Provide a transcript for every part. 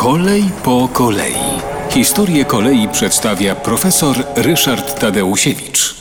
Kolej po kolei. Historię kolei przedstawia profesor Ryszard Tadeusiewicz.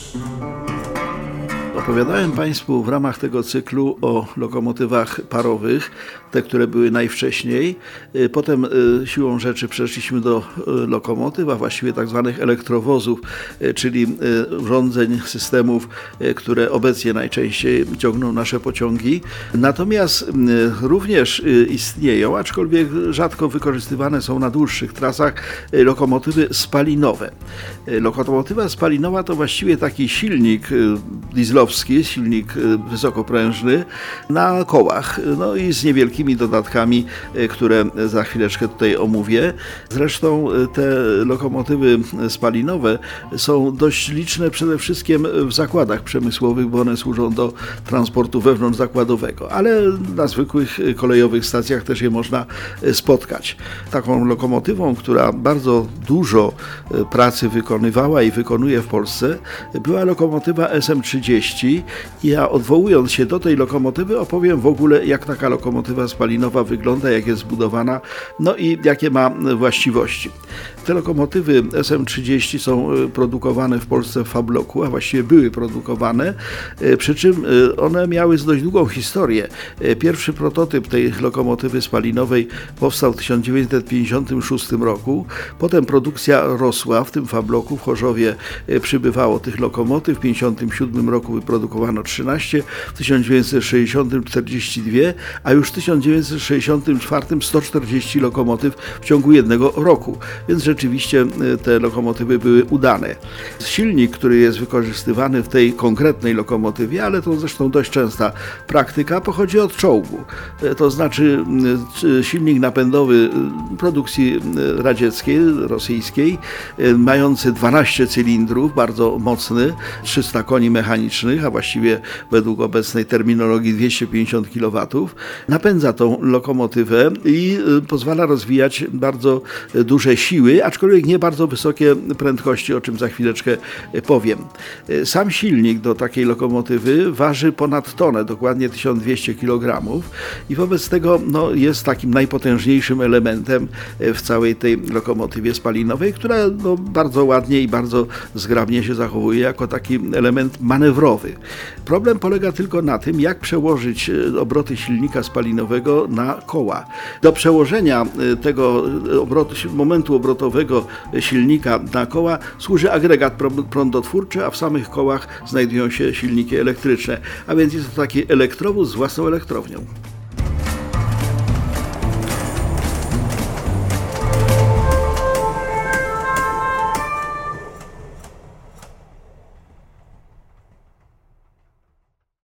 Opowiadałem Państwu w ramach tego cyklu o lokomotywach parowych, te, które były najwcześniej. Potem siłą rzeczy przeszliśmy do lokomotyw, a właściwie tak zwanych elektrowozów, czyli urządzeń, systemów, które obecnie najczęściej ciągną nasze pociągi. Natomiast również istnieją, aczkolwiek rzadko wykorzystywane są na dłuższych trasach, lokomotywy spalinowe. Lokomotywa spalinowa to właściwie taki silnik dieslowski, silnik wysokoprężny na kołach, no i z niewielkimi dodatkami, które za chwileczkę tutaj omówię. Zresztą te lokomotywy spalinowe są dość liczne przede wszystkim w zakładach przemysłowych, bo one służą do transportu wewnątrzzakładowego, ale na zwykłych kolejowych stacjach też je można spotkać. Taką lokomotywą, która bardzo dużo pracy wykonywała i wykonuje w Polsce, była lokomotywa SM30. Ja, odwołując się do tej lokomotywy, opowiem w ogóle, jak taka lokomotywa spalinowa wygląda, jak jest zbudowana, no i jakie ma właściwości. Te lokomotywy SM30 są produkowane w Polsce w Fabloku, a właściwie były produkowane, przy czym one miały dość długą historię. Pierwszy prototyp tej lokomotywy spalinowej powstał w 1956 roku, potem produkcja rosła w tym Fabloku, w Chorzowie przybywało tych lokomotyw, w 1957 roku wyprodukowano 13, w 1960 42, a już w 1964 140 lokomotyw w ciągu jednego roku, więc rzeczywiście te lokomotywy były udane. Silnik, który jest wykorzystywany w tej konkretnej lokomotywie, ale to zresztą dość częsta praktyka, pochodzi od czołgu. To znaczy silnik napędowy produkcji radzieckiej, rosyjskiej, mający 12 cylindrów, bardzo mocny, 300 koni mechanicznych, a właściwie według obecnej terminologii 250 kW, napędza tą lokomotywę i pozwala rozwijać bardzo duże siły, aczkolwiek nie bardzo wysokie prędkości, o czym za chwileczkę powiem. Sam silnik do takiej lokomotywy waży ponad tonę, dokładnie 1200 kg i wobec tego jest takim najpotężniejszym elementem w całej tej lokomotywie spalinowej, która bardzo ładnie i bardzo zgrabnie się zachowuje jako taki element manewrowy. Problem polega tylko na tym, jak przełożyć obroty silnika spalinowego na koła. Do przełożenia tego momentu obrotowego silnika na koła służy agregat prądotwórczy, a w samych kołach znajdują się silniki elektryczne. A więc jest to taki elektrowóz z własną elektrownią.